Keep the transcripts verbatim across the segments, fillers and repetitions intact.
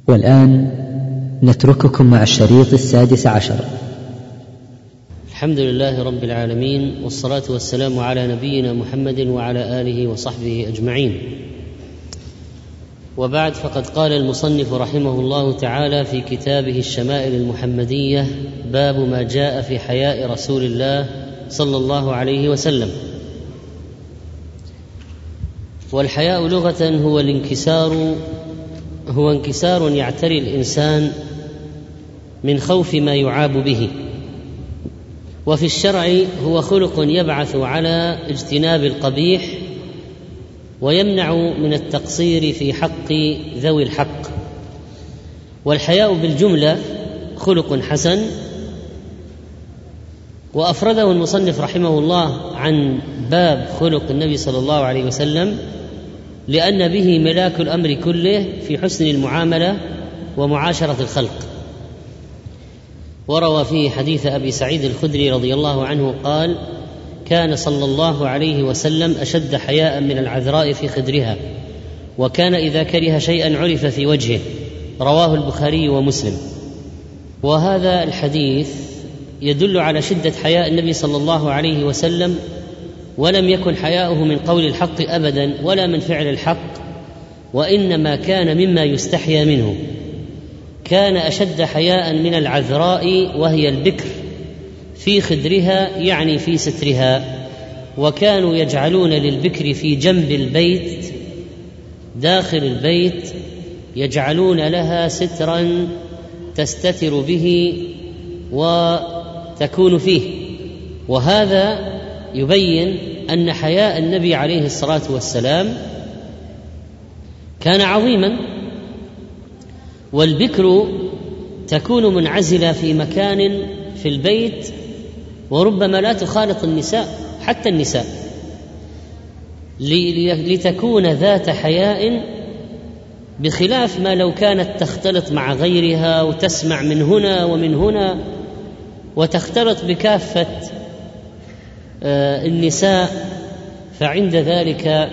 والآن نترككم مع الشريط السادس عشر. الحمد لله رب العالمين، والصلاة والسلام على نبينا محمد وعلى آله وصحبه أجمعين، وبعد. فقد قال المصنف رحمه الله تعالى في كتابه الشمائل المحمدية: باب ما جاء في حياء رسول الله صلى الله عليه وسلم. والحياء لغة هو الانكسار هو انكسار يعتري الإنسان من خوف ما يعاب به، وفي الشرع هو خلق يبعث على اجتناب القبيح ويمنع من التقصير في حق ذوي الحق. والحياء بالجملة خلق حسن، وأفرده المصنف رحمه الله عن باب خلق النبي صلى الله عليه وسلم لأن به ملاك الأمر كله في حسن المعاملة ومعاشرة الخلق. وروى فيه حديث أبي سعيد الخدري رضي الله عنه قال: كان صلى الله عليه وسلم أشد حياء من العذراء في خدرها، وكان إذا كره شيئا عرف في وجهه. رواه البخاري ومسلم. وهذا الحديث يدل على شدة حياء النبي صلى الله عليه وسلم، ولم يكن حياؤه من قول الحق أبدا ولا من فعل الحق، وإنما كان مما يستحيا منه. كان أشد حياء من العذراء وهي البكر في خدرها، يعني في سترها. وكانوا يجعلون للبكر في جنب البيت داخل البيت يجعلون لها سترا تستتر به وتكون فيه. وهذا يبين أن حياء النبي عليه الصلاة والسلام كان عظيما. والبكر تكون منعزلة في مكان في البيت، وربما لا تخالط النساء حتى النساء، لتكون ذات حياء، بخلاف ما لو كانت تختلط مع غيرها وتسمع من هنا ومن هنا وتختلط بكافة النساء، فعند ذلك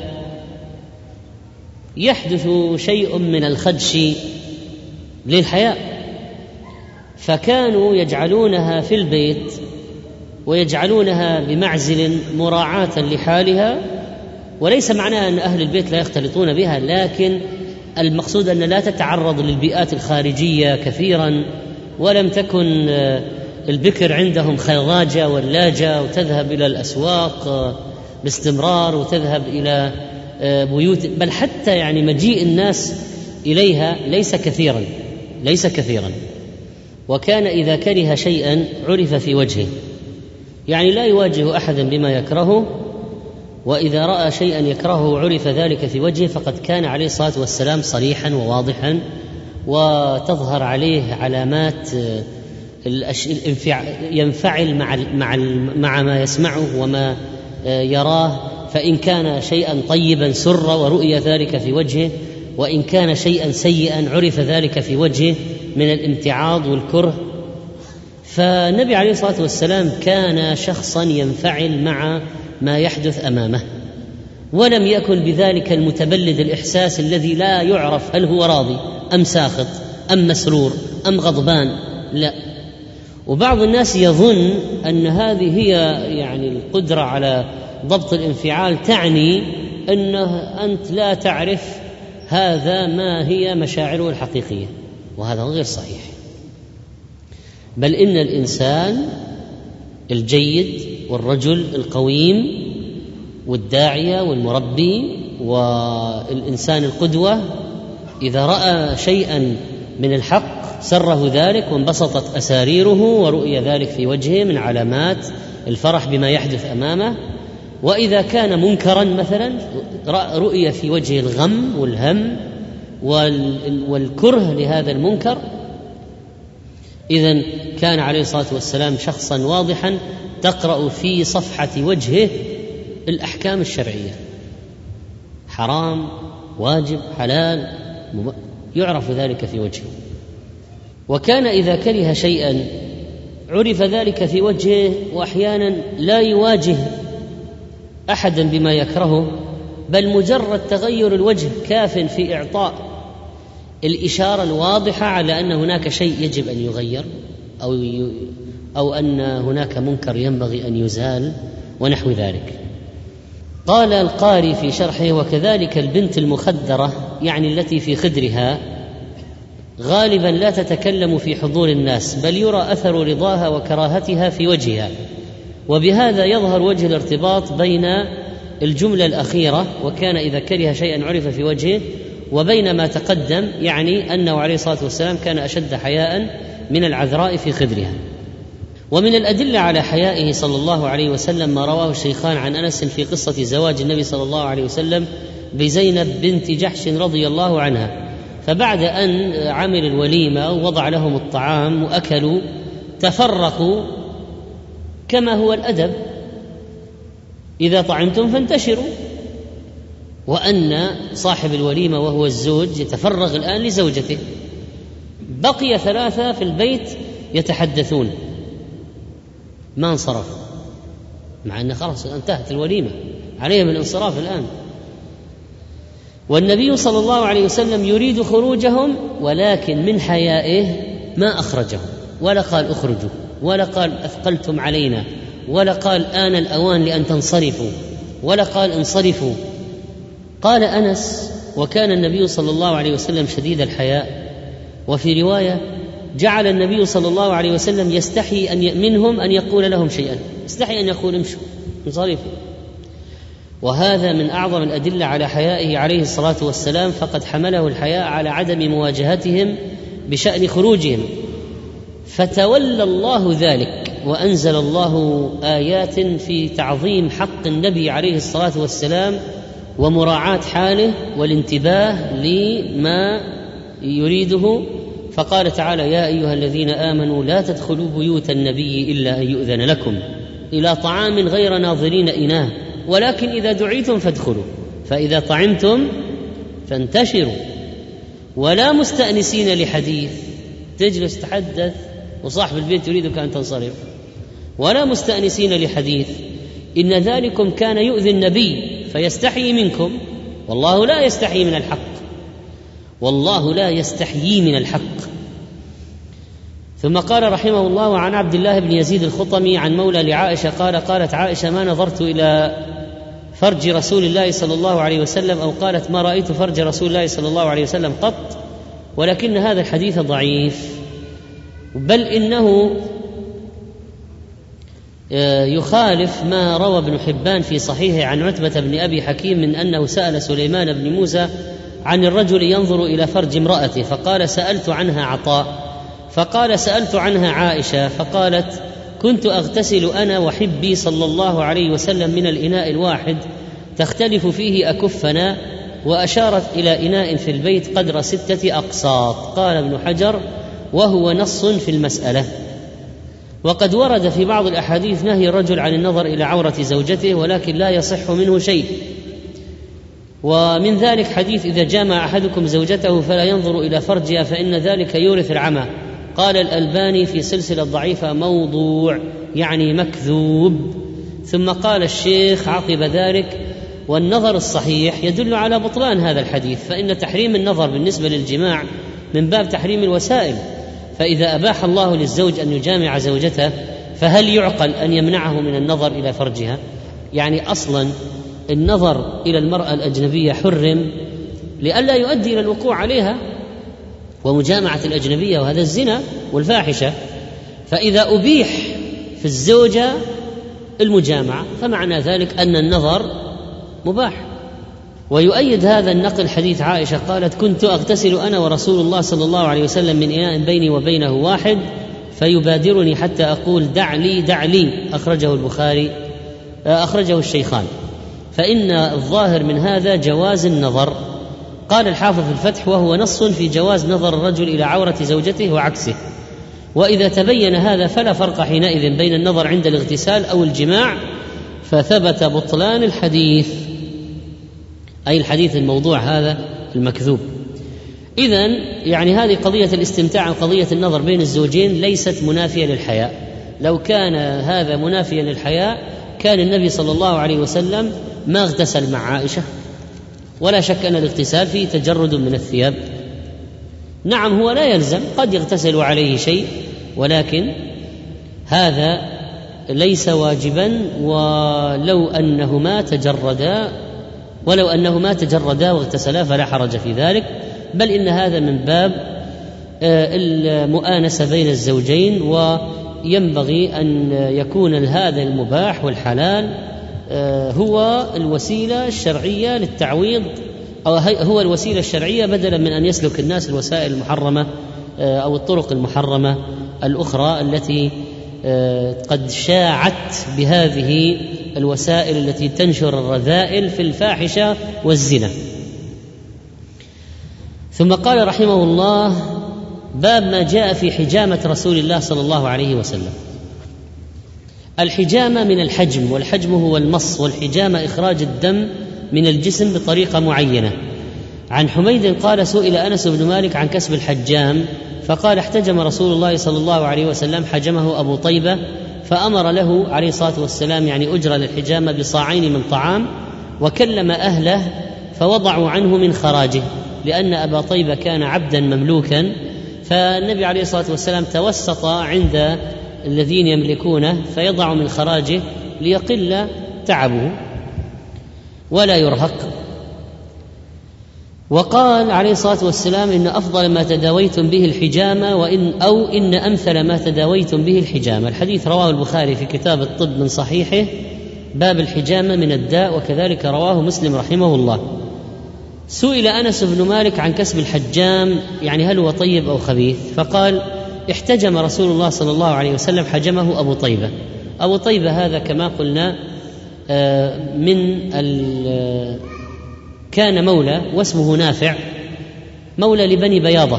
يحدث شيء من الخدش للحياء. فكانوا يجعلونها في البيت ويجعلونها بمعزل مراعاة لحالها، وليس معناه أن أهل البيت لا يختلطون بها، لكن المقصود أن لا تتعرض للبيئات الخارجية كثيرا، ولم تكن البكر عندهم خراجة ولاجة وتذهب إلى الأسواق باستمرار وتذهب إلى بيوت، بل حتى يعني مجيء الناس إليها ليس كثيرا ليس كثيرا وكان إذا كره شيئا عرف في وجهه، يعني لا يواجه أحدا بما يكرهه، وإذا رأى شيئا يكرهه عرف ذلك في وجهه. فقد كان عليه الصلاة والسلام صريحا وواضحا، وتظهر عليه علامات ينفعل مع مع مع ما يسمعه وما يراه. فإن كان شيئا طيبا سر ورؤي ذلك في وجهه، وإن كان شيئا سيئا عرف ذلك في وجهه من الامتعاض والكره. فالنبي عليه الصلاة والسلام كان شخصا ينفعل مع ما يحدث أمامه، ولم يكن بذلك المتبلد الإحساس الذي لا يعرف هل هو راضي أم ساخط أم مسرور أم غضبان، لا. وبعض الناس يظن أن هذه هي يعني القدرة على ضبط الانفعال، تعني أنه أنت لا تعرف هذا ما هي مشاعره الحقيقية، وهذا غير صحيح. بل إن الإنسان الجيد والرجل القويم والداعية والمربي والإنسان القدوة إذا رأى شيئا من الحق سره ذلك وانبسطت أساريره ورؤي ذلك في وجهه من علامات الفرح بما يحدث أمامه. وإذا كان منكرا مثلا رؤي في وجهه الغم والهم والكره لهذا المنكر. إذن كان عليه الصلاة والسلام شخصا واضحا تقرأ في صفحة وجهه الأحكام الشرعية، حرام، واجب، حلال، يعرف ذلك في وجهه. وكان إذا كره شيئا عرف ذلك في وجهه، وأحيانا لا يواجه أحدا بما يكرهه، بل مجرد تغير الوجه كاف في إعطاء الإشارة الواضحة على أن هناك شيء يجب أن يغير أو أو أن هناك منكر ينبغي أن يزال ونحو ذلك. قال القاري في شرحه: وكذلك البنت المخدرة، يعني التي في خدرها، غالبا لا تتكلم في حضور الناس، بل يرى أثر رضاها وكراهتها في وجهها، وبهذا يظهر وجه الارتباط بين الجملة الأخيرة وكان إذا كره شيئا عرف في وجهه، وبين ما تقدم، يعني أنه عليه الصلاة والسلام كان أشد حياء من العذراء في خدرها. ومن الأدلة على حيائه صلى الله عليه وسلم ما رواه الشيخان عن أنس في قصة زواج النبي صلى الله عليه وسلم بزينب بنت جحش رضي الله عنها، فبعد أن عمل الوليمة ووضع لهم الطعام وأكلوا تفرقوا كما هو الأدب، إذا طعمتم فانتشروا، وأن صاحب الوليمة وهو الزوج يتفرغ الآن لزوجته. بقي ثلاثة في البيت يتحدثون، ما انصرف، مع أن خلاص انتهت الوليمة، عليهم الانصراف الآن. والنبي صلى الله عليه وسلم يريد خروجهم، ولكن من حيائه ما أخرجهم، ولا قال اخرجوا، ولا قال أثقلتم علينا، ولا قال آن الأوان لأن تنصرفوا، ولا قال انصرفوا. قال أنس: وكان النبي صلى الله عليه وسلم شديد الحياء، وفي رواية: جعل النبي صلى الله عليه وسلم يستحي أن منهم أن يقول لهم شيئا، يستحي أن يقول امشوا انصرفوا. وهذا من أعظم الأدلة على حيائه عليه الصلاة والسلام، فقد حمله الحياء على عدم مواجهتهم بشأن خروجهم، فتولى الله ذلك، وأنزل الله آيات في تعظيم حق النبي عليه الصلاة والسلام ومراعاة حاله والانتباه لما يريده. فقال تعالى: يا أيها الذين آمنوا لا تدخلوا بيوت النبي إلا أن يؤذن لكم إلى طعام غير ناظرين إناه، ولكن إذا دعيتم فادخلوا، فإذا طعمتم فانتشروا، ولا مستأنسين لحديث، تجلس تحدث وصاحب البيت يريدك أن تنصرف، ولا مستأنسين لحديث، إن ذلكم كان يؤذي النبي فيستحيي منكم، والله لا يستحيي من الحق، والله لا يستحيي من الحق. ثم قال رحمه الله: عن عبد الله بن يزيد الخطمي عن مولى لعائشة قال: قالت عائشة: ما نظرت إلى فرج رسول الله صلى الله عليه وسلم، أو قالت: ما رأيت فرج رسول الله صلى الله عليه وسلم قط، ولكن هذا الحديث ضعيف، بل إنه يخالف ما روى ابن حبان في صحيحه عن عتبة بن أبي حكيم من أنه سأل سليمان بن موسى عن الرجل ينظر إلى فرج امرأته، فقال: سألت عنها عطاء، فقال: سألت عنها عائشة، فقالت: كنت أغتسل أنا وحبي صلى الله عليه وسلم من الإناء الواحد تختلف فيه أكفنا، وأشارت إلى إناء في البيت قدر ستة أقساط. قال ابن حجر: وهو نص في المسألة. وقد ورد في بعض الأحاديث نهي الرجل عن النظر إلى عورة زوجته، ولكن لا يصح منه شيء، ومن ذلك حديث: إذا جامع أحدكم زوجته فلا ينظر إلى فرجها فإن ذلك يورث العمى. قال الألباني في سلسلة ضعيفة: موضوع، يعني مكذوب. ثم قال الشيخ عقب ذلك: والنظر الصحيح يدل على بطلان هذا الحديث، فإن تحريم النظر بالنسبة للجماع من باب تحريم الوسائل، فإذا أباح الله للزوج أن يجامع زوجته فهل يعقل أن يمنعه من النظر إلى فرجها؟ يعني أصلا النظر إلى المرأة الأجنبية حرم لئلا يؤدي إلى الوقوع عليها ومجامعة الأجنبية، وهذا الزنا والفاحشة. فإذا أبيح في الزوجة المجامعة فمعنى ذلك أن النظر مباح. ويؤيد هذا النقل حديث عائشة قالت: كنت أغتسل أنا ورسول الله صلى الله عليه وسلم من إناء بيني وبينه واحد فيبادرني حتى أقول: دع لي دع لي. أخرجه البخاري أخرجه الشيخان. فإن الظاهر من هذا جواز النظر. قال الحافظ في الفتح: وهو نص في جواز نظر الرجل إلى عورة زوجته وعكسه، وإذا تبين هذا فلا فرق حينئذ بين النظر عند الاغتسال أو الجماع، فثبت بطلان الحديث، أي الحديث الموضوع هذا المكذوب. إذن يعني هذه قضية الاستمتاع وقضية النظر بين الزوجين ليست منافية للحياء. لو كان هذا منافيا للحياء كان النبي صلى الله عليه وسلم ما اغتسل مع عائشة، ولا شك أن الاغتسال فيه تجرد من الثياب. نعم هو لا يلزم، قد يغتسل عليه شيء، ولكن هذا ليس واجبا. ولو أنهما تجردا ولو أنهما تجردا واغتسلا فلا حرج في ذلك، بل إن هذا من باب المؤانسة بين الزوجين، وينبغي أن يكون هذا المباح والحلال هو الوسيلة الشرعية للتعويض، أو هو الوسيلة الشرعية بدلا من أن يسلك الناس الوسائل المحرمة أو الطرق المحرمة الأخرى التي قد شاعت بهذه الوسائل التي تنشر الرذائل في الفاحشة والزنا. ثم قال رحمه الله: باب ما جاء في حجامة رسول الله صلى الله عليه وسلم. الحجامة من الحجم، والحجم هو المص، والحجامة إخراج الدم من الجسم بطريقة معينة. عن حميد قال: سئل أنس بن مالك عن كسب الحجام فقال: احتجم رسول الله صلى الله عليه وسلم، حجمه أبو طيبة فأمر له عليه الصلاة والسلام يعني أجر للحجامة بصاعين من طعام، وكلم أهله فوضعوا عنه من خراجه، لأن أبا طيبة كان عبدا مملوكا، فالنبي عليه الصلاة والسلام توسط عند الذين يملكونه فيضع من خراجه ليقل تعبه ولا يرهق. وقال عليه الصلاة والسلام: إن أفضل ما تداويتم به الحجامة، وإن أو إن أمثل ما تداويتم به الحجامة. الحديث رواه البخاري في كتاب الطب من صحيحه باب الحجامة من الداء، وكذلك رواه مسلم رحمه الله. سئل أنس بن مالك عن كسب الحجام يعني هل هو طيب أو خبيث، فقال: احتجم رسول الله صلى الله عليه وسلم، حجمه أبو طيبة. أبو طيبة هذا كما قلنا من كان مولى واسمه نافع، مولى لبني بياضة،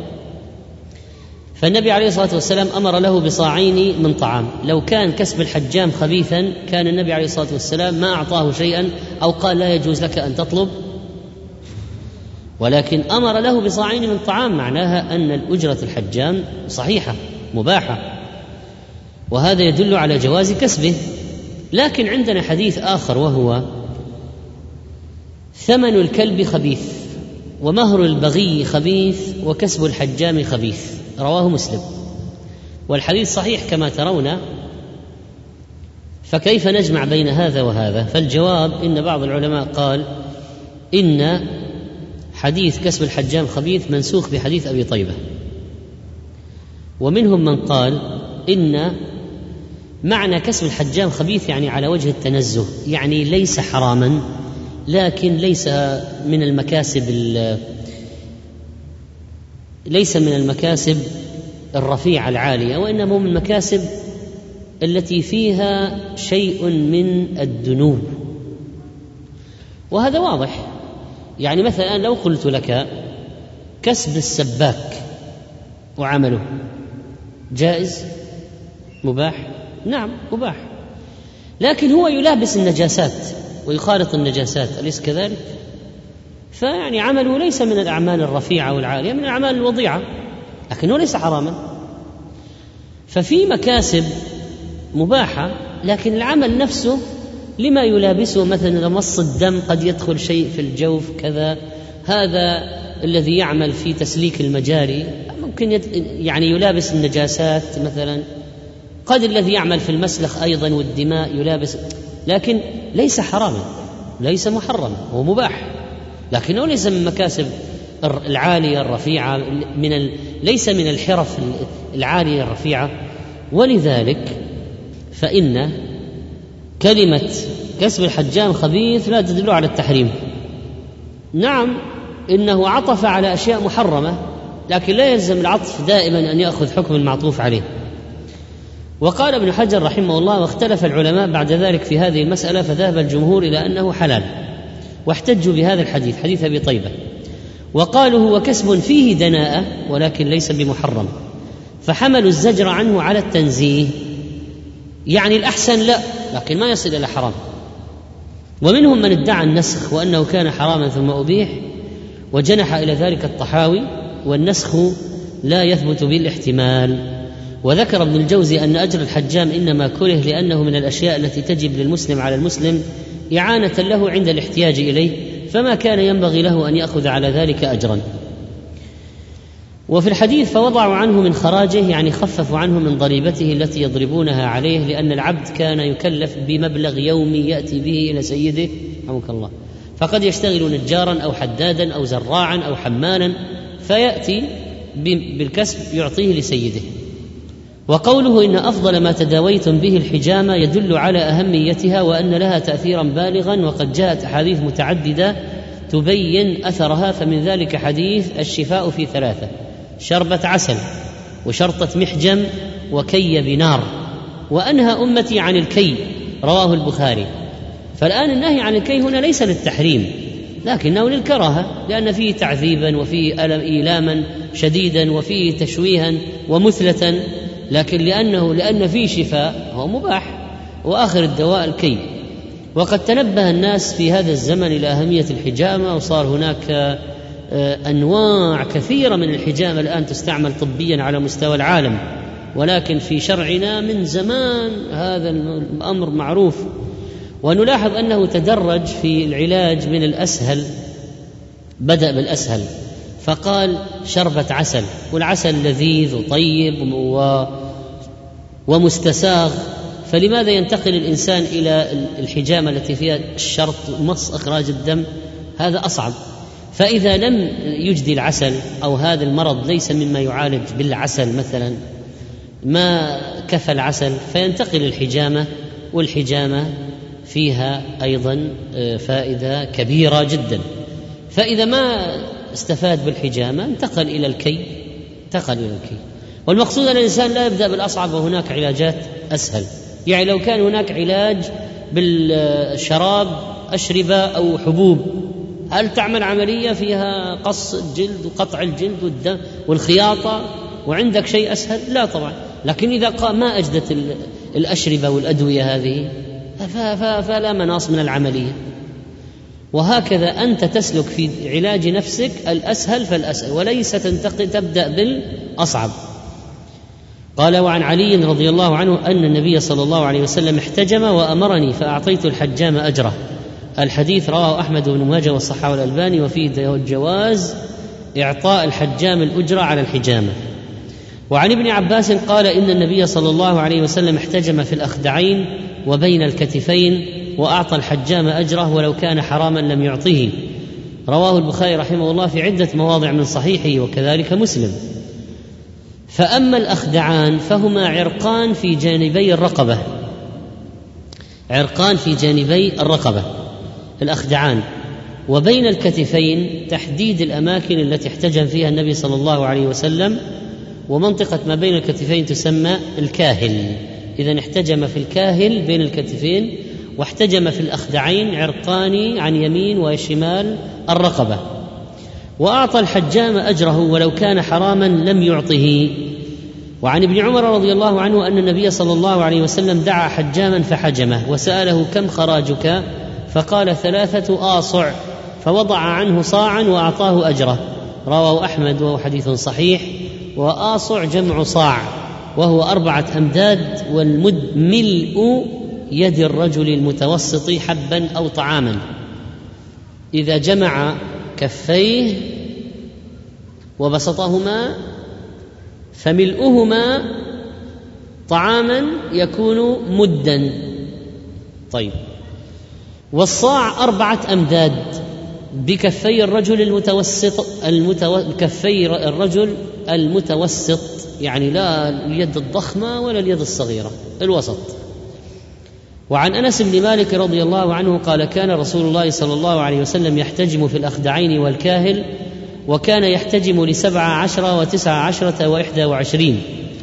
فالنبي عليه الصلاة والسلام أمر له بصاعين من طعام. لو كان كسب الحجام خبيثا كان النبي عليه الصلاة والسلام ما أعطاه شيئا أو قال لا يجوز لك أن تطلب، ولكن أمر له بصاعين من طعام، معناها أن الأجرة الحجام صحيحة مباحة، وهذا يدل على جواز كسبه. لكن عندنا حديث آخر وهو: ثمن الكلب خبيث، ومهر البغي خبيث، وكسب الحجام خبيث، رواه مسلم، والحديث صحيح كما ترون. فكيف نجمع بين هذا وهذا؟ فالجواب إن بعض العلماء قال إن حديث كسب الحجام خبيث منسوخ بحديث أبي طيبة، ومنهم من قال إن معنى كسب الحجام خبيث يعني على وجه التنزه، يعني ليس حراما لكن ليس من المكاسب ليس من المكاسب الرفيعة العالية، وإنما من المكاسب التي فيها شيء من الدنو، وهذا واضح. يعني مثلا لو قلت لك كسب السباك وعمله جائز مباح، نعم مباح، لكن هو يلابس النجاسات ويخالط النجاسات، أليس كذلك؟ فيعني عمله ليس من الأعمال الرفيعة والعالية، من الأعمال الوضيعة، لكنه ليس حراما. ففي مكاسب مباحة، لكن العمل نفسه لما يلابسه، مثلا مص الدم قد يدخل شيء في الجوف كذا، هذا الذي يعمل في تسليك المجاري ممكن يعني يلابس النجاسات مثلا، قد الذي يعمل في المسلخ أيضا والدماء يلابس، لكن ليس حراما، ليس محرما، هو مباح، لكنه ليس من مكاسب العالية الرفيعة، من ال... ليس من الحرف العالية الرفيعة. ولذلك فإن كلمة كسب الحجام خبيث لا تدل على التحريم. نعم إنه عطف على أشياء محرمة، لكن لا يلزم العطف دائما أن يأخذ حكم المعطوف عليه. وقال ابن حجر رحمه الله: واختلف العلماء بعد ذلك في هذه المسألة، فذهب الجمهور إلى أنه حلال، واحتجوا بهذا الحديث حديث أبي طيبة، وقالوا هو كسب فيه دناءة ولكن ليس بمحرم، فحملوا الزجر عنه على التنزيه، يعني الأحسن لا، لكن ما يصل إلى حرام. ومنهم من ادعى النسخ وأنه كان حراما ثم أبيح، وجنح إلى ذلك الطحاوي، والنسخ لا يثبت بالاحتمال. وذكر ابن الجوزي أن أجر الحجام إنما كره لأنه من الأشياء التي تجب للمسلم على المسلم إعانة له عند الاحتياج إليه، فما كان ينبغي له أن يأخذ على ذلك أجرا. وفي الحديث فوضعوا عنه من خراجه، يعني خففوا عنه من ضريبته التي يضربونها عليه، لأن العبد كان يكلف بمبلغ يومي يأتي به إلى سيده رحمك الله، فقد يشتغل نجارا أو حدادا أو زراعا أو حمالا، فيأتي بالكسب يعطيه لسيده. وقوله إن أفضل ما تداويتم به الحجامة يدل على أهميتها وأن لها تأثيرا بالغا، وقد جاءت أحاديث متعددة تبين أثرها، فمن ذلك حديث الشفاء في ثلاثة: شربة عسل، وشرطة محجم، وكي بنار، وأنهى أمتي عن الكي، رواه البخاري. فالآن النهي عن الكي هنا ليس للتحريم، لكنه للكراهة، لأن فيه تعذيبا وفيه ألم إيلاما شديدا وفيه تشويها ومثلة، لكن لأنه لأن فيه شفاء هو مباح، وآخر الدواء الكي. وقد تنبه الناس في هذا الزمن إلى أهمية الحجامة، وصار هناك أنواع كثيرة من الحجامة الآن تستعمل طبيا على مستوى العالم، ولكن في شرعنا من زمان هذا الأمر معروف. ونلاحظ أنه تدرج في العلاج من الأسهل، بدأ بالأسهل فقال شربة عسل، والعسل لذيذ وطيب ومستساغ، فلماذا ينتقل الإنسان إلى الحجامة التي فيها الشرط ومص إخراج الدم؟ هذا أصعب. فإذا لم يجدي العسل أو هذا المرض ليس مما يعالج بالعسل مثلا، ما كفى العسل، فينتقل الحجامة، والحجامة فيها أيضا فائدة كبيرة جدا. فإذا ما استفاد بالحجامة انتقل إلى الكي، انتقل إلى الكي. والمقصود أن الإنسان لا يبدأ بالأصعب، وهناك علاجات أسهل. يعني لو كان هناك علاج بالشراب أشربة أو حبوب، هل تعمل عملية فيها قص الجلد وقطع الجلد والدم والخياطة وعندك شيء أسهل؟ لا طبعا. لكن إذا ما أجدت الأشربة والأدوية هذه فلا مناص من العملية. وهكذا أنت تسلك في علاج نفسك الأسهل فالأسهل، وليس تنتقل تبدأ بالأصعب. قال: وعن علي رضي الله عنه أن النبي صلى الله عليه وسلم احتجم وأمرني فأعطيت الحجام أجره. الحديث رواه أحمد بن ماجه والصحاح والألباني، وفيه جواز إعطاء الحجام الأجرة على الحجامة. وعن ابن عباس قال: إن النبي صلى الله عليه وسلم احتجم في الأخدعين وبين الكتفين، وأعطى الحجام أجره ولو كان حراما لم يعطيه. رواه البخاري رحمه الله في عدة مواضع من صحيحه، وكذلك مسلم. فأما الأخدعان فهما عرقان في جانبي الرقبة، عرقان في جانبي الرقبة الأخدعان، وبين الكتفين تحديد الأماكن التي احتجم فيها النبي صلى الله عليه وسلم، ومنطقة ما بين الكتفين تسمى الكاهل. إذن احتجم في الكاهل بين الكتفين، واحتجم في الأخدعين عرقان عن يمين وشمال الرقبة. وأعطى الحجام أجره ولو كان حراما لم يعطه. وعن ابن عمر رضي الله عنه أن النبي صلى الله عليه وسلم دعا حجاما فحجمه، وسأله: كم خراجك؟ فقال: ثلاثة آصع، فوضع عنه صاعا وأعطاه أجره. رواه أحمد وهو حديث صحيح. وآصع جمع صاع، وهو أربعة أمداد، والمد ملء يد الرجل المتوسط حبا أو طعاما. إذا جمع كفيه وبسطهما فملؤهما طعاما يكون مدا. طيب، والصاع أربعة أمداد بكفي الرجل المتوسط المتو... كفي الرجل المتوسط، يعني لا اليد الضخمة ولا اليد الصغيرة، الوسط. وعن أنس بن مالك رضي الله عنه قال: كان رسول الله صلى الله عليه وسلم يحتجم في الأخدعين والكاهل، وكان يحتجم لسبع عشر وتسع عشرة وإحدى وعشرين.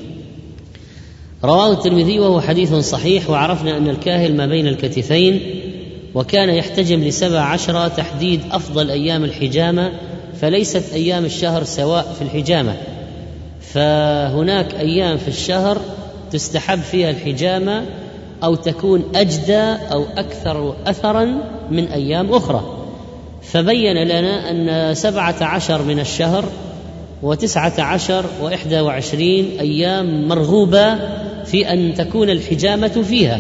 رواه الترمذي وهو حديث صحيح. وعرفنا أن الكاهل ما بين الكتفين، وكان يحتجم لسبع عشر تحديد أفضل أيام الحجامة، فليست أيام الشهر سواء في الحجامة، فهناك أيام في الشهر تستحب فيها الحجامة أو تكون أجدى أو أكثر أثرا من أيام أخرى. فبين لنا أن سبعة عشر من الشهر وتسعة عشر وإحدى وعشرين أيام مرغوبة في أن تكون الحجامة فيها.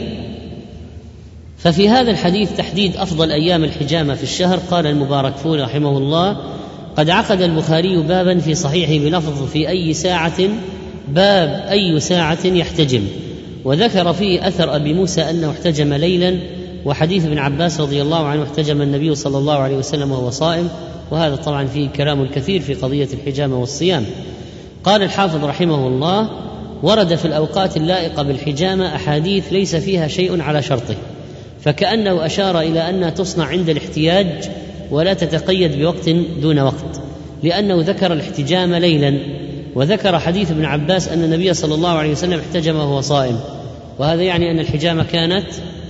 ففي هذا الحديث تحديد أفضل أيام الحجامة في الشهر، قال المباركفور رحمه الله: قد عقد البخاري بابا في صحيحه بلفظ في أي ساعة، باب أي ساعة يحتجم، وذكر فيه أثر أبي موسى أنه احتجم ليلا، وحديث ابن عباس رضي الله عنه احتجم النبي صلى الله عليه وسلم وهو صائم، وهذا طبعا فيه كلام كثير في قضية الحجامة والصيام. قال الحافظ رحمه الله: ورد في الأوقات اللائقة بالحجامة أحاديث ليس فيها شيء على شرطه، فكأنه أشار إلى أنها تصنع عند الاحتياج ولا تتقيد بوقت دون وقت، لأنه ذكر الاحتجام ليلا، وذكر حديث ابن عباس أن النبي صلى الله عليه وسلم احتجم وهو صائم، وهذا يعني أن الحجامة كانت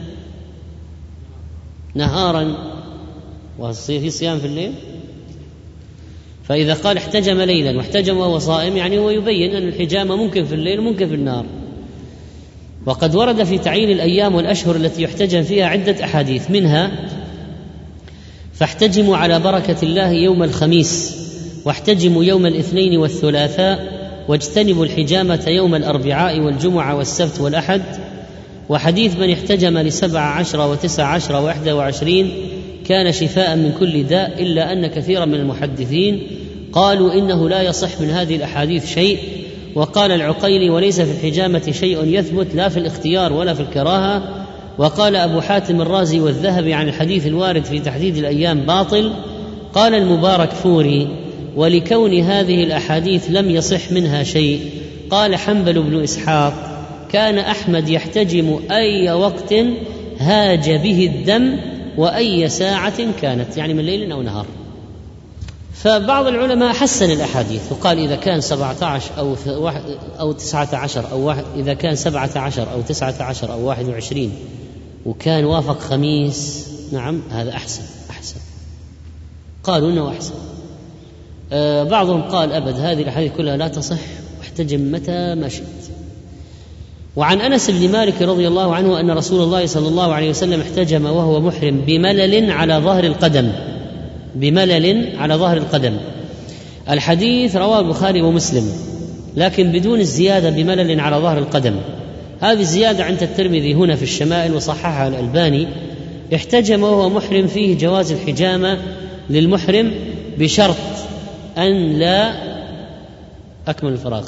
نهارا وفي صيام في الليل. فإذا قال احتجم ليلا واحتجم وهو صائم يعني هو يبين أن الحجامة ممكن في الليل وممكن في النهار. وقد ورد في تعيين الأيام والأشهر التي يحتجم فيها عدة أحاديث، منها: فاحتجموا على بركة الله يوم الخميس، واحتجموا يوم الاثنين والثلاثاء، واجتنبوا الحجامة يوم الأربعاء والجمعة والسبت والأحد. وحديث من احتجم لسبع عشر وتسع عشر وإحدى وعشرين كان شفاء من كل داء، إلا أن كثيرا من المحدثين قالوا إنه لا يصح من هذه الأحاديث شيء. وقال العقيلي: وليس في الحجامة شيء يثبت لا في الاختيار ولا في الكراهة. وقال أبو حاتم الرازي والذهبي عن الحديث الوارد في تحديد الأيام باطل. قال المبارك فوري: ولكون هذه الأحاديث لم يصح منها شيء. قال حنبل بن إسحاق: كان أحمد يحتجم أي وقت هاج به الدم وأي ساعة كانت، يعني من ليل أو نهار. فبعض العلماء حسن الأحاديث وقال إذا كان سبعة عشر أو أو تسعة عشر أو واحد، إذا كان سبعة عشر أو تسعة عشر أو واحد وعشرين وكان وافق خميس، نعم هذا أحسن أحسن قالوا إنه أحسن. آه بعضهم قال أبد هذه الأحاديث كلها لا تصح، واحتجم متى ما شئت. وعن أنس بن مالك رضي الله عنه أن رسول الله صلى الله عليه وسلم احتجم وهو محرم بملل على ظهر القدم، بملل على ظهر القدم. الحديث رواه البخاري ومسلم، لكن بدون الزيادة بملل على ظهر القدم. هذه الزيادة عند الترمذي هنا في الشمائل وصححها الألباني. احتجم وهو محرم فيه جواز الحجامة للمحرم بشرط أن لا أكمل الفراغ.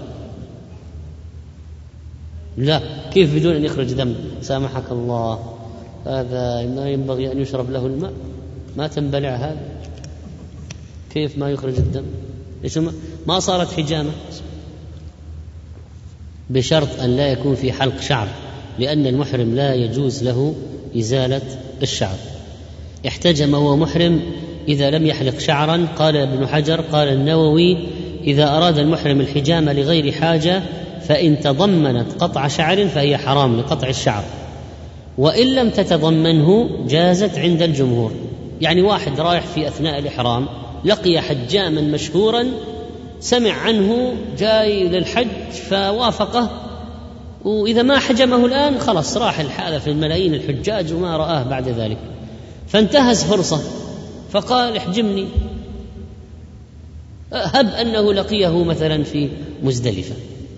لا، كيف بدون أن يخرج دم؟ سامحك الله، هذا ما ينبغي أن يشرب له الماء، ما تنبلع هذا، كيف ما يخرج الدم؟ ليش ما صارت حجامة؟ بشرط أن لا يكون في حلق شعر، لأن المحرم لا يجوز له إزالة الشعر. احتجم وهو محرم إذا لم يحلق شعرا. قال ابن حجر، قال النووي: إذا أراد المحرم الحجامة لغير حاجة فإن تضمنت قطع شعر فهي حرام لقطع الشعر، وإن لم تتضمنه جازت عند الجمهور. يعني واحد رايح في أثناء الإحرام لقي حجاما مشهورا، سمع عنه جاي للحج فوافقه، وإذا ما حجمه الآن خلاص راح هذا في الملايين الحجاج وما رآه بعد ذلك، فانتهز فرصة فقال احجمني، هب أنه لقيه مثلا في مزدلفة.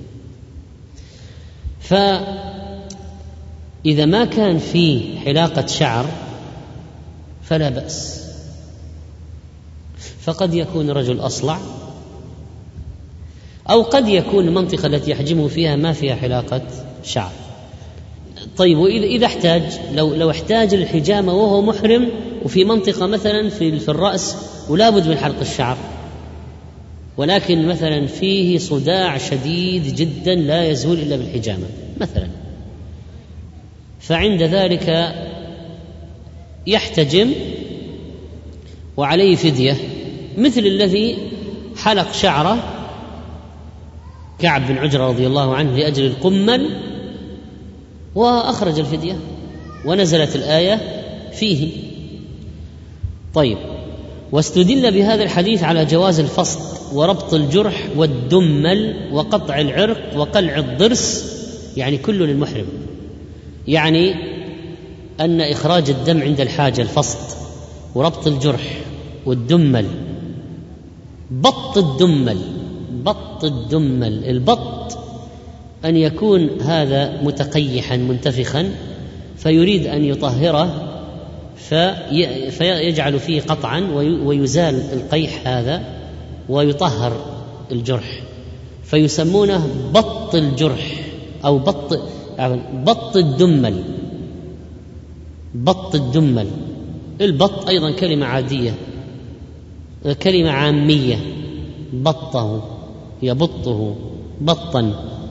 فإذا ما كان فيه حلاقة شعر فلا بأس، فقد يكون رجل أصلع، أو قد يكون المنطقة التي يحجمه فيها ما فيها حلاقة شعر. طيب، وإذا احتاج، لو لو احتاج الحجامة وهو محرم وفي منطقة مثلا في في الرأس ولا بد من حلق الشعر، ولكن مثلا فيه صداع شديد جدا لا يزول إلا بالحجامة مثلا، فعند ذلك يحتجم وعليه فدية، مثل الذي حلق شعره كعب بن عجرة رضي الله عنه لأجل القمل وأخرج الفدية ونزلت الآية فيه. طيب، واستدل بهذا الحديث على جواز الفصل وربط الجرح والدمل وقطع العرق وقلع الضرس، يعني كله للمحرم، يعني أن إخراج الدم عند الحاجة الفصل، وربط الجرح والدمل، بط الدمل، بط الدمل، البط أن يكون هذا متقيحا منتفخا فيريد أن يطهره في فيجعل فيه قطعا ويزال القيح هذا ويطهر الجرح، فيسمونه بط الجرح أو بط بط الدمل. بط الدمل، البط أيضا كلمة عادية، كلمة عامية، بطه يبطه بطا.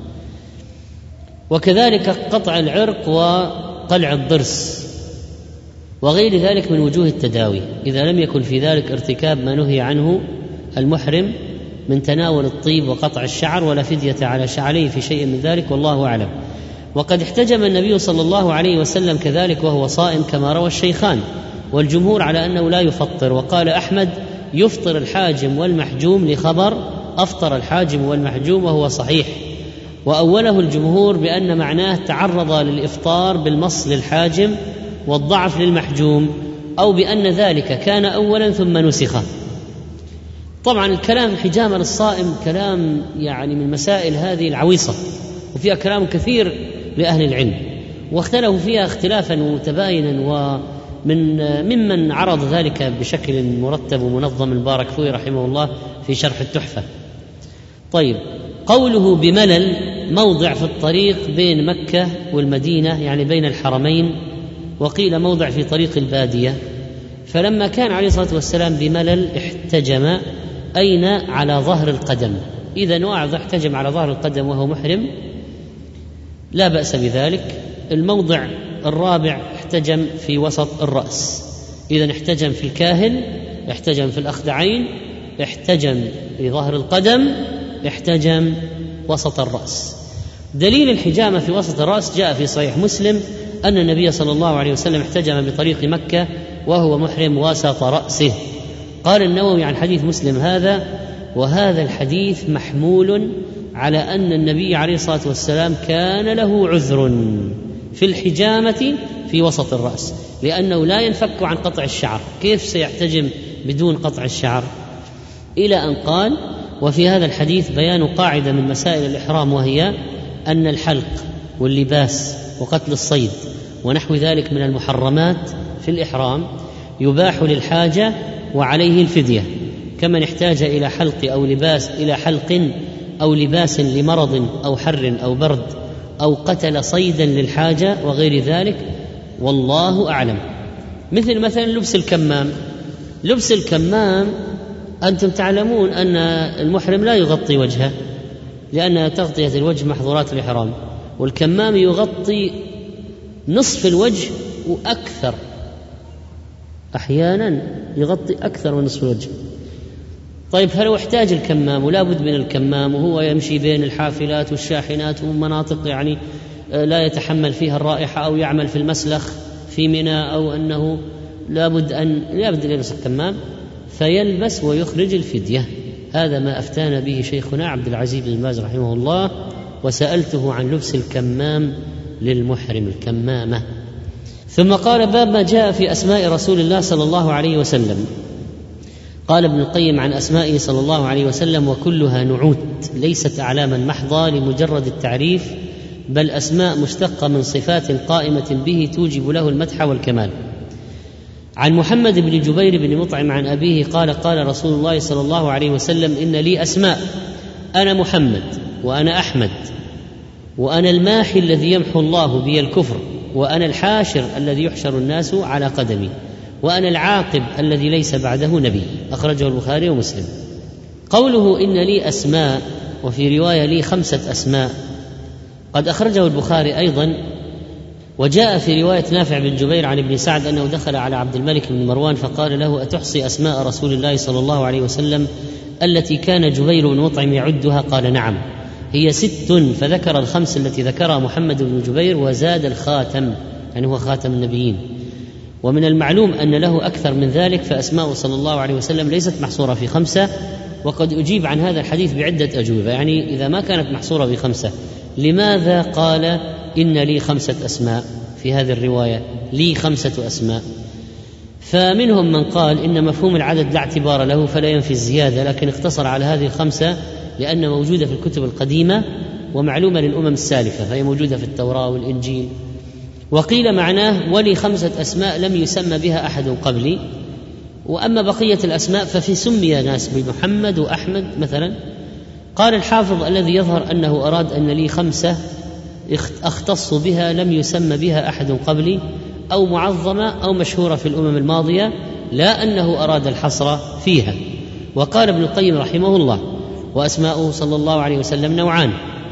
وكذلك قطع العرق وقلع الضرس وغير ذلك من وجوه التداوي، إذا لم يكن في ذلك ارتكاب ما نهي عنه المحرم من تناول الطيب وقطع الشعر، ولا فدية على عليه في شيء من ذلك، والله أعلم. وقد احتجم النبي صلى الله عليه وسلم كذلك وهو صائم كما روى الشيخان، والجمهور على أنه لا يفطر. وقال أحمد: يفطر الحاجم والمحجوم، لخبر أفطر الحاجم والمحجوم، وهو صحيح. وأوله الجمهور بأن معناه تعرض للإفطار بالمص للحاجم والضعف للمحجوم، أو بأن ذلك كان أولا ثم نسخ. طبعا الكلام حجامة للصائم كلام يعني من مسائل هذه العويصة، وفيها كلام كثير لأهل العلم، واختلفوا فيها اختلافا متباينا، ومن ممن عرض ذلك بشكل مرتب ومنظم الباركفوري رحمه الله في شرح التحفة. طيب، قوله بملل موضع في الطريق بين مكة والمدينة، يعني بين الحرمين، وقيل موضع في طريق البادية. فلما كان عليه الصلاة والسلام بملل احتجم أين؟ على ظهر القدم. إذا واحد احتجم على ظهر القدم وهو محرم لا بأس بذلك. الموضع الرابع احتجم في وسط الرأس، إذا احتجم في الكاهل، احتجم في الأخدعين، احتجم في ظهر القدم، احتجم وسط الرأس. دليل الحجامة في وسط الرأس جاء في صحيح مسلم أن النبي صلى الله عليه وسلم احتجم بطريق مكة وهو محرم وسط رأسه. قال النووي عن حديث مسلم هذا: وهذا الحديث محمول على أن النبي عليه الصلاة والسلام كان له عذر في الحجامة في وسط الرأس، لأنه لا ينفك عن قطع الشعر. كيف سيحتجم بدون قطع الشعر؟ إلى أن قال: وفي هذا الحديث بيان قاعدة من مسائل الإحرام، وهي أن الحلق واللباس وقتل الصيد ونحو ذلك من المحرمات في الإحرام يباح للحاجة وعليه الفدية، كمن احتاج إلى حلق أو لباس إلى حلق أو لباس لمرض أو حر أو برد، أو قتل صيدا للحاجة وغير ذلك، والله أعلم. مثل مثلا لبس الكمام. لبس الكمام أنتم تعلمون أن المحرم لا يغطي وجهه، لأن تغطية الوجه محظورات الإحرام، والكمام يغطي نصف الوجه وأكثر، أحيانا يغطي أكثر من نصف الوجه. طيب، فلو احتاج الكمام، ولا بد من الكمام، وهو يمشي بين الحافلات والشاحنات ومناطق يعني لا يتحمل فيها الرائحة، أو يعمل في المسلخ في منى، أو أنه لا بد أن لا بد يلبس الكمام، فيلبس ويخرج الفدية. هذا ما أفتانا به شيخنا عبد العزيز بن باز رحمه الله، وسألته عن لبس الكمام للمحرم، الكمامة. ثم قال: باب ما جاء في أسماء رسول الله صلى الله عليه وسلم. قال ابن القيم عن أسمائه صلى الله عليه وسلم: وكلها نعوت ليست أعلاما محضة لمجرد التعريف، بل أسماء مشتقة من صفات قائمة به توجب له المدح والكمال. عن محمد بن جبير بن مطعم عن أبيه قال: قال رسول الله صلى الله عليه وسلم: إن لي أسماء، أنا محمد، وأنا أحمد، وأنا الماحي الذي يمحو الله بي الكفر، وأنا الحاشر الذي يحشر الناس على قدمي، وأنا العاقب الذي ليس بعده نبي. أخرجه البخاري ومسلم. قوله إن لي أسماء، وفي رواية لي خمسة أسماء، قد أخرجه البخاري أيضا. وجاء في رواية نافع بن جبير عن ابن سعد أنه دخل على عبد الملك بن مروان فقال له: أتحصي أسماء رسول الله صلى الله عليه وسلم التي كان جبير بن مطعم يعدها؟ قال: نعم، هي ست. فذكر الخمس التي ذكرها محمد بن جبير، وزاد الخاتم، يعني هو خاتم النبيين. ومن المعلوم أن له أكثر من ذلك، فأسماء صلى الله عليه وسلم ليست محصورة في خمسة. وقد أجيب عن هذا الحديث بعدة أجوبة، يعني إذا ما كانت محصورة بخمسة لماذا قال إن لي خمسة أسماء في هذه الرواية؟ لي خمسة أسماء. فمنهم من قال إن مفهوم العدد لا اعتبار له فلا ينفي الزيادة، لكن اقتصر على هذه الخمسة لأن موجودة في الكتب القديمة ومعلومة للأمم السالفة، فهي موجودة في التوراة والإنجيل. وقيل معناه: ولي خمسة أسماء لم يسمى بها أحد قبلي، وأما بقية الأسماء ففي سمي ناس بمحمد وأحمد مثلا. قال الحافظ: الذي يظهر أنه أراد أن لي خمسة أختص بها لم يسمى بها أحد قبلي، أو معظمة أو مشهورة في الأمم الماضية، لا أنه أراد الحصر فيها. وقال ابن القيم رحمه الله: وأسماؤه صلى الله عليه وسلم نوعان: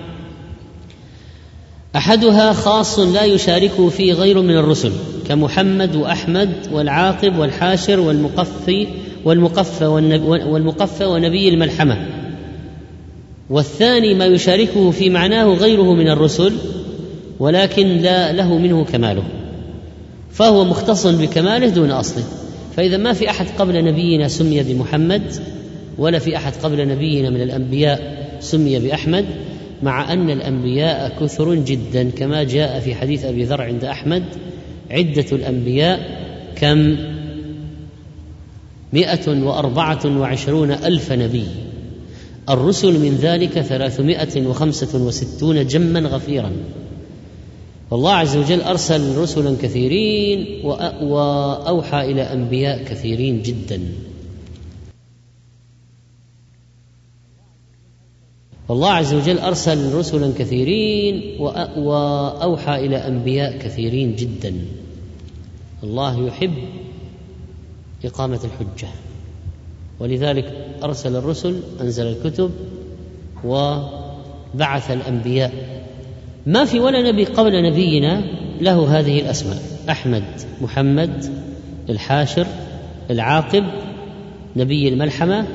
أحدها خاص لا يشاركه فيه غير من الرسل كمحمد وأحمد والعاقب والحاشر والمقفي والمقفى والمقفى ونبي الملحمة. والثاني ما يشاركه في معناه غيره من الرسل ولكن لا له منه كماله، فهو مختص بكماله دون أصله. فإذا ما في أحد قبل نبينا سمي بمحمد، ولا في أحد قبل نبينا من الأنبياء سمي بأحمد، مع أن الأنبياء كثر جدا كما جاء في حديث أبي ذر عند أحمد: عدة الأنبياء كم؟ مئة وأربعة وعشرون ألف نبي، الرسل من ذلك ثلاثمائة وخمسة وستون جما غفيرا. والله عز وجل أرسل رسلا كثيرين وأوحى إلى أنبياء كثيرين جدا. والله عز وجل أرسل رسلا كثيرين وأوحى إلى أنبياء كثيرين جدا. الله يحب إقامة الحجة، ولذلك أرسل الرسل، أنزل الكتب، وبعث الأنبياء. ما في ولا نبي قبل نبينا له هذه الأسماء: أحمد، محمد، الحاشر، العاقب، نبي الملحمة.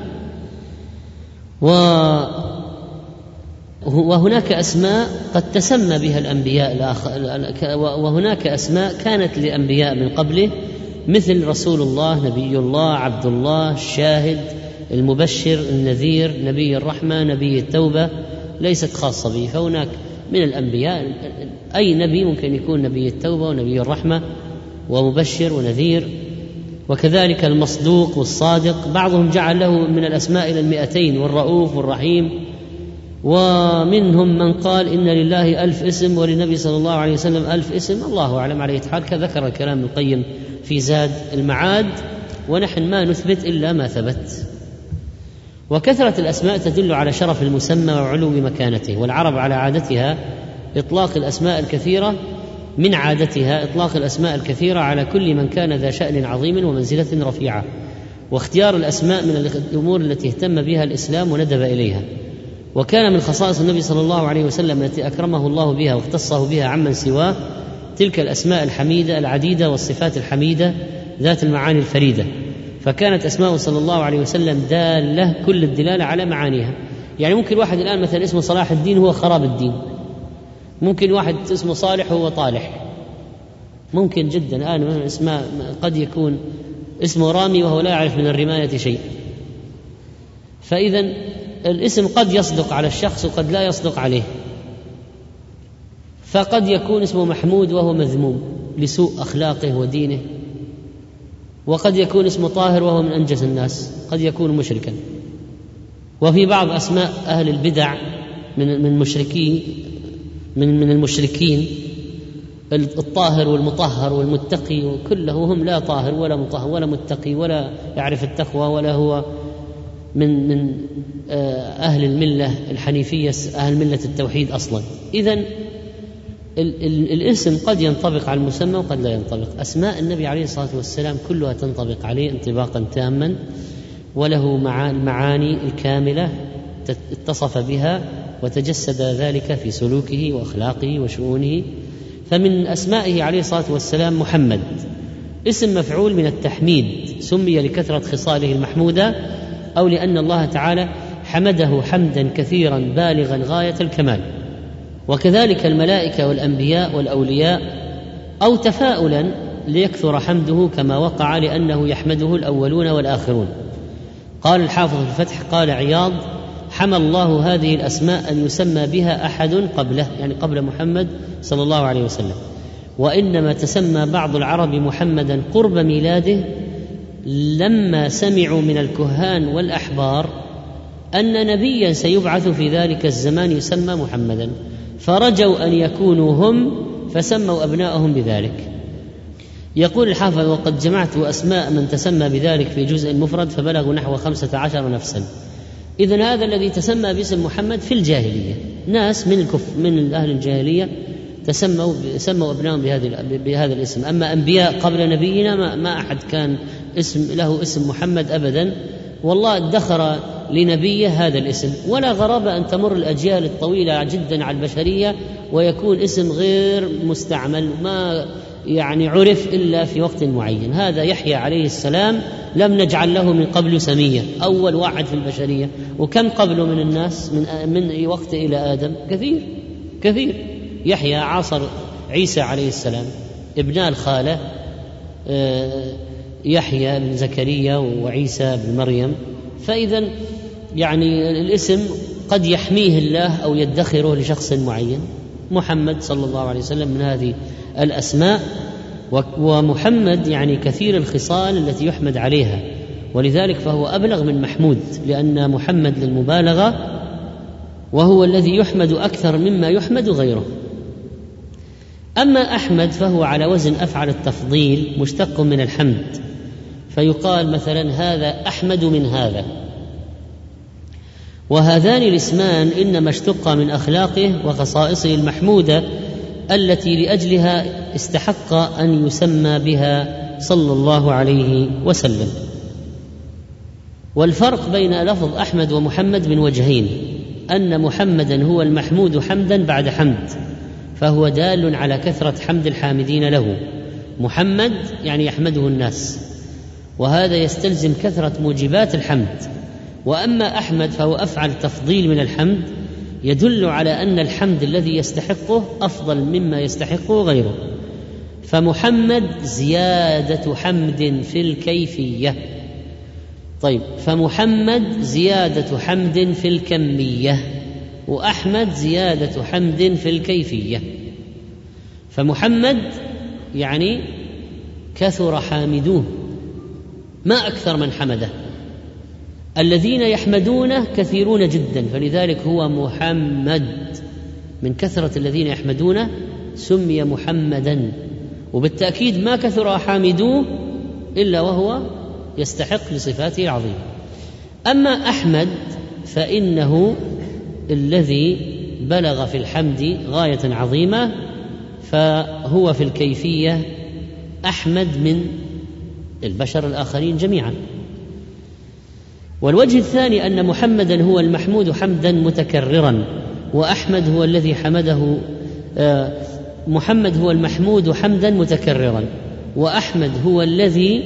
وهناك أسماء قد تسمى بها الأنبياء الآخر، وهناك أسماء كانت لأنبياء من قبله، مثل رسول الله، نبي الله، عبد الله، الشاهد، المبشر، النذير، نبي الرحمة، نبي التوبة، ليست خاصة به. فهناك من الأنبياء أي نبي ممكن يكون نبي التوبة ونبي الرحمة ومبشر ونذير. وكذلك المصدوق والصادق، بعضهم جعل له من الأسماء إلى المئتين، والرؤوف والرحيم. ومنهم من قال إن لله ألف اسم وللنبي صلى الله عليه وسلم ألف اسم، الله أعلم. على حال كذكر الكلام القيم في زاد المعاد، ونحن ما نثبت إلا ما ثبت. وكثرة الأسماء تدل على شرف المسمى وعلو مكانته، والعرب على عادتها إطلاق الأسماء الكثيرة، من عادتها إطلاق الأسماء الكثيرة على كل من كان ذا شأن عظيم ومنزلة رفيعة. واختيار الأسماء من الأمور التي اهتم بها الإسلام وندب إليها. وكان من خصائص النبي صلى الله عليه وسلم التي أكرمه الله بها واختصه بها عمن سواه تلك الأسماء الحميدة العديدة والصفات الحميدة ذات المعاني الفريدة. فكانت أسماءه صلى الله عليه وسلم دالة كل الدلالة على معانيها. يعني ممكن واحد الآن مثلا اسمه صلاح الدين هو خراب الدين، ممكن واحد اسمه صالح هو طالح، ممكن جدا. الآن اسماء قد يكون اسمه رامي وهو لا يعرف من الرماية شيء. فإذا الاسم قد يصدق على الشخص وقد لا يصدق عليه. فقد يكون اسمه محمود وهو مذموم لسوء أخلاقه ودينه، وقد يكون اسمه طاهر وهو من أنجس الناس، قد يكون مشركا. وفي بعض أسماء أهل البدع من من مشركين من من المشركين الطاهر والمطهر والمتقي، وكله هم لا طاهر ولا مطهر ولا متقي ولا يعرف التقوى ولا هو من من أهل الملة الحنيفية، أهل ملة التوحيد أصلا. إذن الاسم قد ينطبق على المسمى وقد لا ينطبق. أسماء النبي عليه الصلاة والسلام كلها تنطبق عليه انطباقا تاما، وله المعاني الكاملة اتصف بها وتجسد ذلك في سلوكه وأخلاقه وشؤونه. فمن أسمائه عليه الصلاة والسلام محمد، اسم مفعول من التحميد، سمي لكثرة خصاله المحمودة أو لأن الله تعالى حمده حمدا كثيرا بالغا غاية الكمال. وكذلك الملائكة والأنبياء والأولياء، أو تفاؤلا ليكثر حمده كما وقع لأنه يحمده الأولون والآخرون. قال الحافظ في الفتح قال عياض: حمى الله هذه الأسماء أن يسمى بها أحد قبله، يعني قبل محمد صلى الله عليه وسلم. وإنما تسمى بعض العرب محمدا قرب ميلاده لما سمعوا من الكهان والأحبار أن نبيا سيبعث في ذلك الزمان يسمى محمدا، فرجوا أن يكونوا هم فسموا أبناءهم بذلك. يقول الحافظ: وقد جمعت أسماء من تسمى بذلك في جزء مفرد فبلغوا نحو خمسة عشر نفسا. إذن هذا الذي تسمى باسم محمد في الجاهلية، ناس من الكف من أهل الجاهلية تسموا سموا أبنائهم بهذا الاسم. أما أنبياء قبل نبينا ما, ما أحد كان اسم له اسم محمد أبدا، والله ادخر لنبيه هذا الاسم. ولا غرابة أن تمر الأجيال الطويلة جدا على البشرية ويكون اسم غير مستعمل، ما يعني عرف إلا في وقت معين. هذا يحيى عليه السلام لم نجعل له من قبل سمية، أول واحد في البشرية. وكم قبله من الناس من من وقت إلى آدم؟ كثير كثير. يحيى عاصر عيسى عليه السلام، ابن الخالة يحيى بن زكريا وعيسى بن مريم. فإذا يعني الاسم قد يحميه الله أو يدخره لشخص معين. محمد صلى الله عليه وسلم من هذه الأسماء، ومحمد يعني كثير الخصال التي يحمد عليها، ولذلك فهو أبلغ من محمود، لأن محمد للمبالغة وهو الذي يحمد أكثر مما يحمد غيره. أما أحمد فهو على وزن أفعل التفضيل، مشتق من الحمد، فيقال مثلا هذا أحمد من هذا. وهذان الاسمان إنما اشتقا من أخلاقه وخصائصه المحمودة التي لأجلها استحق أن يسمى بها صلى الله عليه وسلم. والفرق بين لفظ أحمد ومحمد من وجهين: أن محمدا هو المحمود حمدا بعد حمد، فهو دال على كثرة حمد الحامدين له. محمد يعني يحمده الناس، وهذا يستلزم كثرة موجبات الحمد. وأما أحمد فهو أفعل تفضيل من الحمد، يدل على أن الحمد الذي يستحقه أفضل مما يستحقه غيره. فمحمد زيادة حمد في الكيفية. طيب، فمحمد زيادة حمد في الكمية، وأحمد زيادة حمد في الكيفية. فمحمد يعني كثر حامدوه، ما أكثر من حمده. الذين يحمدونه كثيرون جدا، فلذلك هو محمد، من كثرة الذين يحمدونه سمي محمدا. وبالتأكيد ما كثر حامدوه إلا وهو يستحق لصفاته العظيمة. أما أحمد فإنه الذي بلغ في الحمد غاية عظيمة، فهو في الكيفية أحمد من البشر الآخرين جميعا. والوجه الثاني أن محمدا هو المحمود حمدا متكررا، وأحمد هو الذي حمده محمد هو المحمود حمدا متكررا، وأحمد هو الذي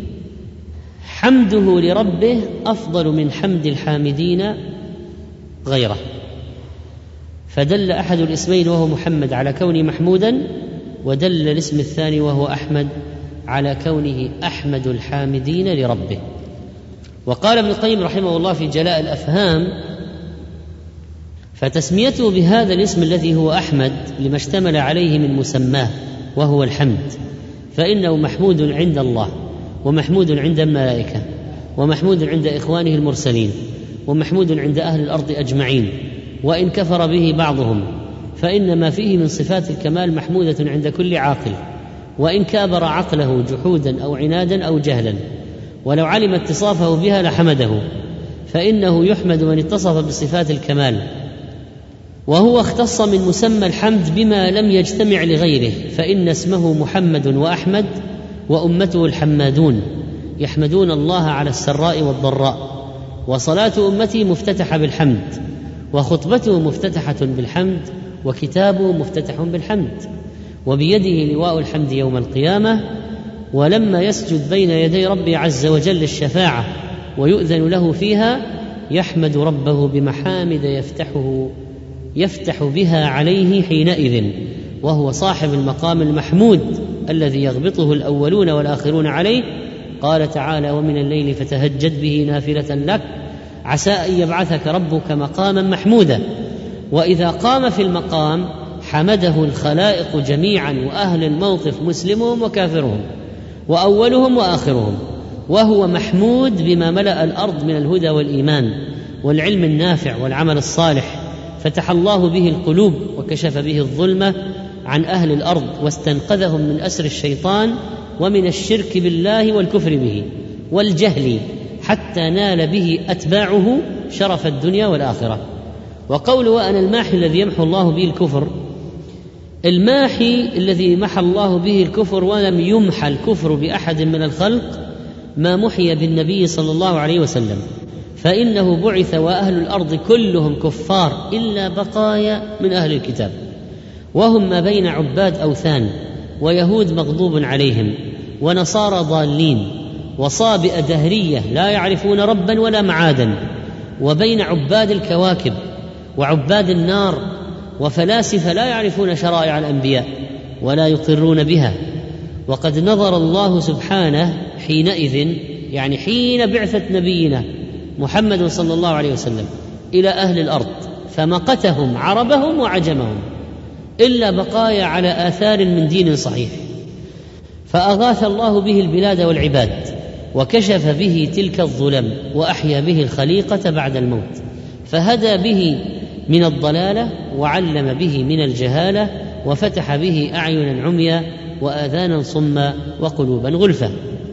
حمده لربه أفضل من حمد الحامدين غيره. فدل أحد الاسمين وهو محمد على كونه محمودا، ودل الاسم الثاني وهو أحمد على كونه أحمد الحامدين لربه. وقال ابن القيم رحمه الله في جلاء الأفهام: فتسميته بهذا الاسم الذي هو أحمد لما اشتمل عليه من مسماه وهو الحمد، فإنه محمود عند الله، ومحمود عند الملائكة، ومحمود عند إخوانه المرسلين، ومحمود عند أهل الأرض أجمعين، وإن كفر به بعضهم فإن ما فيه من صفات الكمال محمودة عند كل عاقل، وإن كابر عقله جحودا أو عنادا أو جهلا، ولو علم اتصافه بها لحمده، فإنه يحمد من اتصف بصفات الكمال. وهو اختص من مسمى الحمد بما لم يجتمع لغيره، فإن اسمه محمد وأحمد، وأمته الحمادون يحمدون الله على السراء والضراء. وصلاة أمتي مفتتحة بالحمد، وخطبته مفتتحة بالحمد، وكتابه مفتتح بالحمد، وبيده لواء الحمد يوم القيامة. ولما يسجد بين يدي ربي عز وجل الشفاعة ويؤذن له فيها يحمد ربه بمحامد يفتحه يفتح بها عليه حينئذ، وهو صاحب المقام المحمود الذي يغبطه الأولون والآخرون عليه. قال تعالى: ومن الليل فتهجد به نافلة لك عسى أن يبعثك ربك مقاما محمودا. وإذا قام في المقام حمده الخلائق جميعا، وأهل الموقف مسلمهم وكافرهم، وأولهم وآخرهم، وهو محمود بما ملأ الأرض من الهدى والإيمان والعلم النافع والعمل الصالح، فتح الله به القلوب وكشف به الظلمة عن أهل الأرض، واستنقذهم من أسر الشيطان ومن الشرك بالله والكفر به والجهل، حتى نال به أتباعه شرف الدنيا والآخرة. وقوله وأنا الماحي الذي يمحو الله به الكفر، الماحي الذي محى الله به الكفر ولم يمحى الكفر بأحد من الخلق ما محي بالنبي صلى الله عليه وسلم، فإنه بعث وأهل الأرض كلهم كفار إلا بقايا من أهل الكتاب، وهم ما بين عباد أوثان ويهود مغضوب عليهم ونصارى ضالين وصابئة دهرية لا يعرفون ربا ولا معادا، وبين عباد الكواكب وعباد النار وفلاسفة لا يعرفون شرائع الأنبياء ولا يقرون بها. وقد نظر الله سبحانه حينئذ، يعني حين بعثة نبينا محمد صلى الله عليه وسلم، إلى أهل الأرض فمقتهم عربهم وعجمهم إلا بقايا على آثار من دين صحيح، فأغاث الله به البلاد والعباد وكشف به تلك الظلم وأحيا به الخليقة بعد الموت، فهدى به من الضلالة وعلم به من الجهالة وفتح به أعينا عميا وآذانا صما وقلوبا غلفا.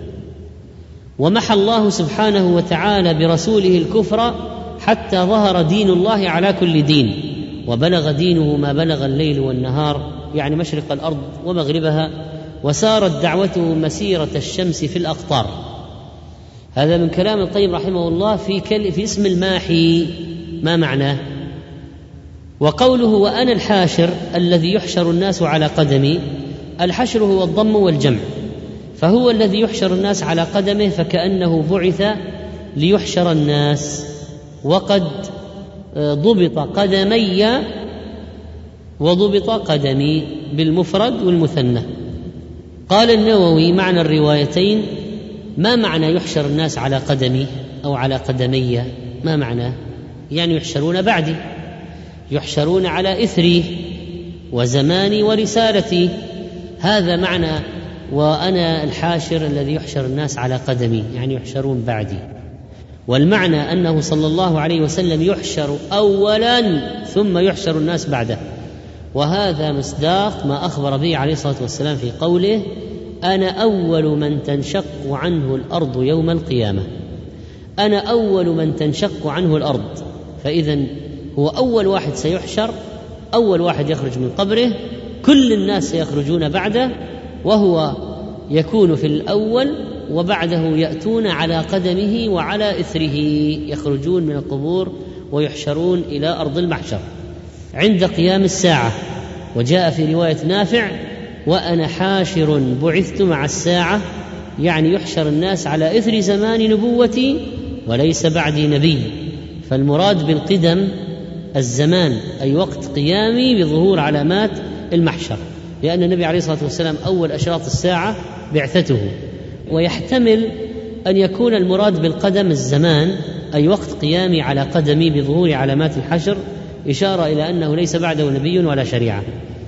ومحى الله سبحانه وتعالى برسوله الكفر حتى ظهر دين الله على كل دين، وبلغ دينه ما بلغ الليل والنهار، يعني مشرق الأرض ومغربها، وسارت دعوته مسيرة الشمس في الأقطار. هذا من كلام القيم رحمه الله في, كل في اسم الماحي. ما معناه؟ وقوله وأنا الحاشر الذي يحشر الناس على قدمي، الحشر هو الضم والجمع، فهو الذي يحشر الناس على قدمه، فكأنه بعث ليحشر الناس. وقد ضبط قدمي وضبط قدمي بالمفرد والمثنى. قال النووي معنى الروايتين: ما معنى يحشر الناس على قدمي أو على قدمي؟ ما معناه؟ يعني يحشرون بعدي، يحشرون على إثري وزماني ورسالتي، هذا معنى وأنا الحاشر الذي يحشر الناس على قدمي، يعني يحشرون بعدي. والمعنى أنه صلى الله عليه وسلم يحشر أولا ثم يحشر الناس بعده، وهذا مصداق ما أخبر به عليه الصلاة والسلام في قوله: أنا أول من تنشق عنه الأرض يوم القيامة. أنا أول من تنشق عنه الأرض، فإذن هو أول واحد سيحشر، أول واحد يخرج من قبره، كل الناس سيخرجون بعده، وهو يكون في الأول وبعده يأتون على قدمه وعلى إثره، يخرجون من القبور ويحشرون إلى أرض المحشر عند قيام الساعة. وجاء في رواية نافع: وأنا حاشر بعثت مع الساعة، يعني يحشر الناس على إثر زمان نبوتي وليس بعدي نبي. فالمراد بالقدم الزمان، أي وقت قيامي بظهور علامات المحشر، لأن النبي عليه الصلاة والسلام أول أشراط الساعة بعثته. ويحتمل أن يكون المراد بالقدم الزمان، أي وقت قيامي على قدمي بظهور علامات الحشر، إشارة إلى أنه ليس بعده نبي ولا شريعة.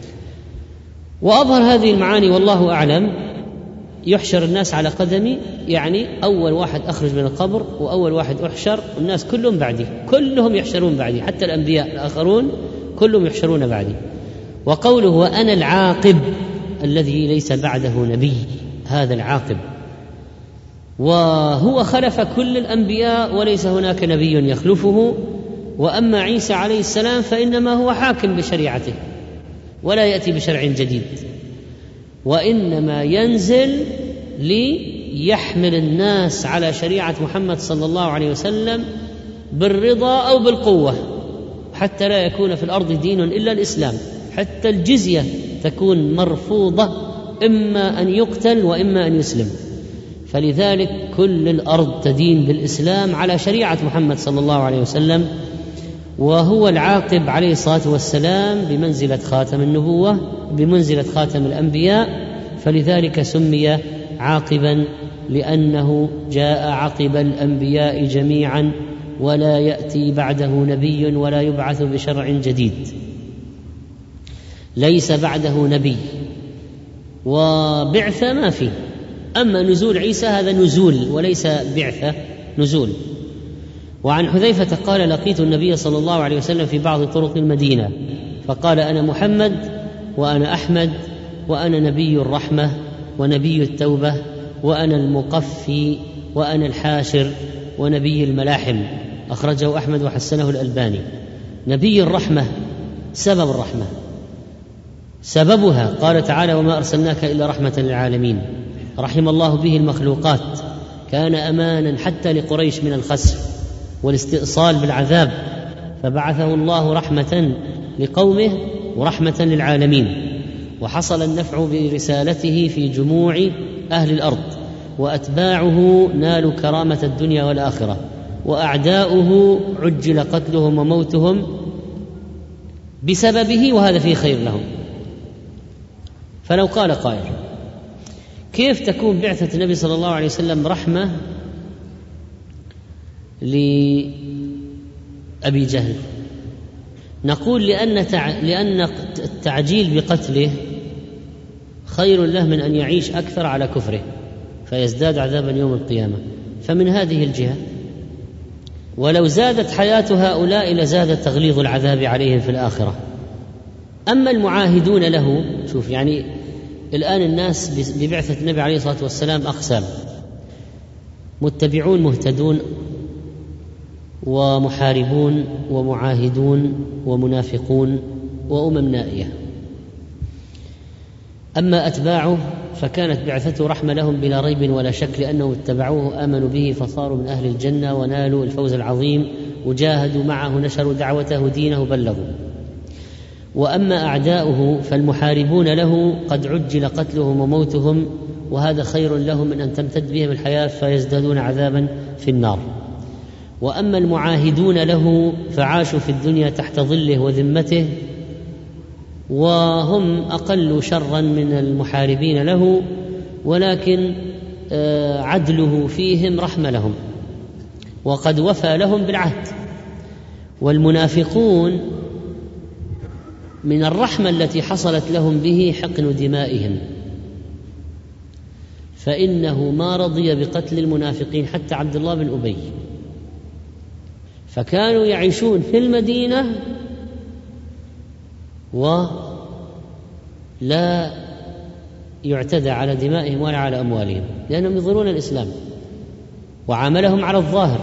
وأظهر هذه المعاني والله أعلم: يحشر الناس على قدمي، يعني أول واحد أخرج من القبر وأول واحد أحشر، والناس كلهم بعدي، كلهم يحشرون بعدي، حتى الأنبياء الآخرون كلهم يحشرون بعدي. وقوله وأنا العاقب الذي ليس بعده نبي، هذا العاقب، وهو خلف كل الأنبياء وليس هناك نبي يخلفه. وأما عيسى عليه السلام فإنما هو حاكم بشريعته ولا يأتي بشرع جديد، وإنما ينزل ليحمل الناس على شريعة محمد صلى الله عليه وسلم بالرضا أو بالقوة، حتى لا يكون في الأرض دين إلا الإسلام، حتى الجزية تكون مرفوضة، إما أن يقتل وإما أن يسلم. فلذلك كل الأرض تدين بالإسلام على شريعة محمد صلى الله عليه وسلم، وهو العاقب عليه الصلاة والسلام بمنزلة خاتم النبوة، بمنزلة خاتم الأنبياء، فلذلك سمي عاقبا، لأنه جاء عقب الأنبياء جميعا، ولا يأتي بعده نبي ولا يبعث بشرع جديد، ليس بعده نبي، وبعثة ما فيه. أما نزول عيسى هذا نزول وليس بعثة، نزول. وعن حذيفة قال: لقيت النبي صلى الله عليه وسلم في بعض طرق المدينة فقال: أنا محمد وأنا أحمد وأنا نبي الرحمة ونبي التوبة وأنا المقفي وأنا الحاشر ونبي الملاحم. أخرجه أحمد وحسنه الألباني. نبي الرحمة، سبب الرحمة، سببها قال تعالى: وما أرسلناك إلا رحمة للعالمين. رحم الله به المخلوقات، كان أمانا حتى لقريش من الخسف والاستئصال بالعذاب، فبعثه الله رحمة لقومه ورحمة للعالمين، وحصل النفع برسالته في جموع أهل الأرض، وأتباعه نالوا كرامة الدنيا والآخرة، وأعداؤه عجل قتلهم وموتهم بسببه، وهذا فيه خير لهم. فلو قال قائل: كيف تكون بعثة النبي صلى الله عليه وسلم رحمة لأبي جهل؟ نقول لأن لأن التعجيل بقتله خير له من أن يعيش أكثر على كفره فيزداد عذابا يوم القيامة، فمن هذه الجهة. ولو زادت حياة هؤلاء لزاد تغليظ العذاب عليهم في الآخرة. أما المعاهدون له، شوف يعني الآن الناس ببعثة النبي عليه الصلاة والسلام أقسام: متبعون مهتدون، ومحاربون، ومعاهدون، ومنافقون، وأمم نائية. أما أتباعه فكانت بعثته رحمة لهم بلا ريب ولا شك، لأنهم اتبعوه آمنوا به فصاروا من أهل الجنة ونالوا الفوز العظيم، وجاهدوا معه، نشروا دعوته، دينه بلغوا. وأما أعداؤه فالمحاربون له قد عجل قتلهم وموتهم، وهذا خير لهم من أن تمتد بهم الحياة فيزدادون عذابا في النار. وأما المعاهدون له فعاشوا في الدنيا تحت ظله وذمته، وهم أقل شرا من المحاربين له، ولكن عدله فيهم رحمة لهم، وقد وفى لهم بالعهد. والمنافقون من الرحمة التي حصلت لهم به حقن دمائهم، فإنه ما رضي بقتل المنافقين حتى عبد الله بن أبي، فكانوا يعيشون في المدينة ولا يعتدى على دمائهم ولا على أموالهم، لأنهم يظهرون الإسلام، وعاملهم على الظاهر